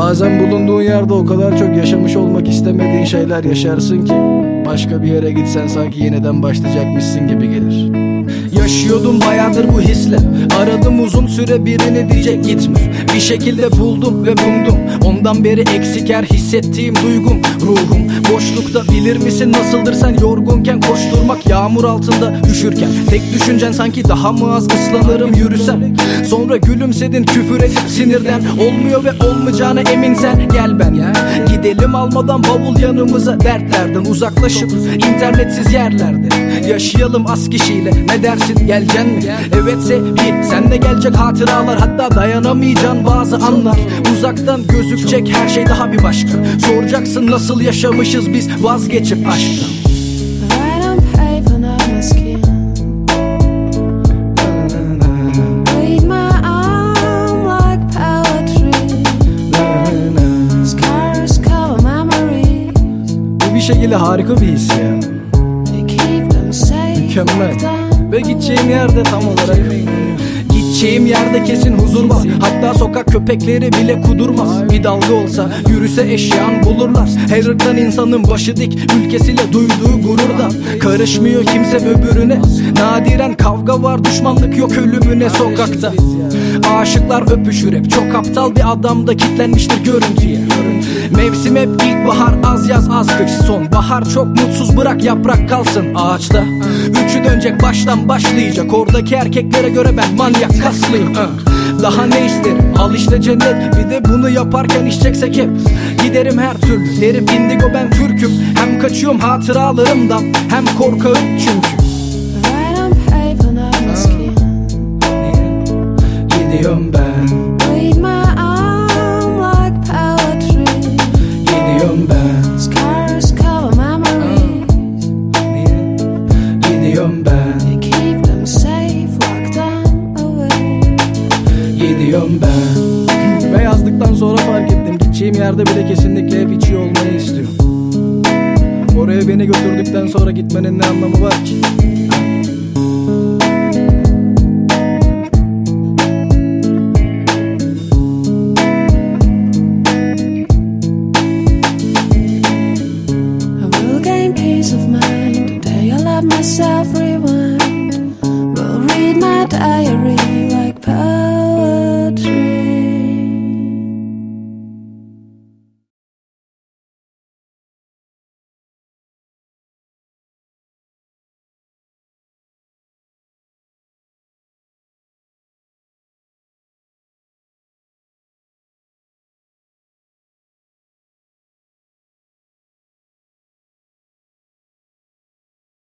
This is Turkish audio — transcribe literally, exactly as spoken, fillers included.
Bazen bulunduğun yerde o kadar çok yaşamış olmak istemediğin şeyler yaşarsın ki başka bir yere gitsen sanki yeniden başlayacakmışsın gibi gelir. Yaşıyordum bayağıdır bu hisle, aradım uzun süre birini diyecek gitme. Bir şekilde buldum ve bulundum, ondan beri eksik her hissettiğim duygum. Ruhum boşlukta, bilir misin nasıldır sen yorgunken koşturmak, yağmur altında üşürken. Tek düşüncen sanki daha mı az ıslanırım yürüsem. Sonra gülümsedin küfür edip sinirden, olmuyor ve olmayacağına eminsen gel ben ya. Gidelim almadan bavul yanımıza, dertlerden uzaklaşıp internetsiz yerlerde yaşayalım az kişiyle. Ne dersin, geleceksin mi? Evetse bir, sen de gelecek hatıralar, hatta dayanamayacağın bazı anlar. Uzaktan gözükecek her şey daha bir başka. Soracaksın nasıl yaşamışız biz vazgeçip aşktan. Bir şekilde harika bir his ya. Mükemmel. Ve gideceğim yerde tam olarak gideceğim yerde kesin huzur var. Hatta sokak köpekleri bile kudurmaz. Bir dalga olsa yürüse eşyan bulurlar. Her ırktan insanın başı dik, ülkesiyle duyduğu gururdan. Karışmıyor kimse öbürüne. Nadiren kavga var, düşmanlık yok ölümüne sokakta. Aşıklar öpüşür hep, çok aptal bir adamda kitlenmiştir görüntüye. Mevsim hep ilkbahar, az yaz az kış, sonbahar çok mutsuz, bırak yaprak kalsın ağaçta. Üçü dönecek baştan başlayacak, oradaki erkeklere göre ben manyak kaslıyım. Daha ne isterim, al işte cennet. Bir de bunu yaparken içeceksek hep giderim her türlü. Derim indigo ben Türk'üm, hem kaçıyorum hatıralarımdan hem korkağım çünkü. Gidiyorum ben, gidiyorum ben, gidiyorum ben, gidiyorum ben. Ve yazdıktan sonra fark ettim, gideceğim yerde bile kesinlikle hep içiyor olmayı istiyorum. Oraya beni götürdükten sonra gitmenin ne anlamı var ki? Myself rewind, will read my diary.